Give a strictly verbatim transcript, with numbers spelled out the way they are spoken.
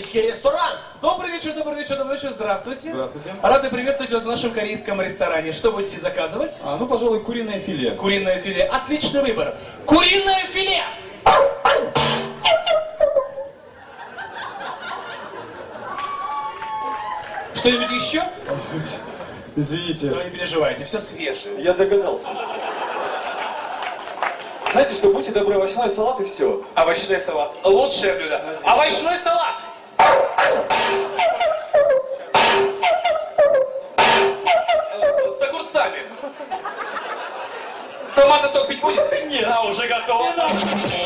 корейский ресторан. Добрый вечер, добрый вечер, добрый вечер, здравствуйте. Здравствуйте. Рады приветствовать вас в нашем корейском ресторане. Что будете заказывать? А, ну, пожалуй, куриное филе. Куриное филе. Отличный выбор. Куриное филе! Что-нибудь еще? Извините. Ну, не переживайте, все свежее. Я догадался. Знаете что, будьте добры, овощной салат и все. Овощной салат. Лучшее блюдо. Овощной салат!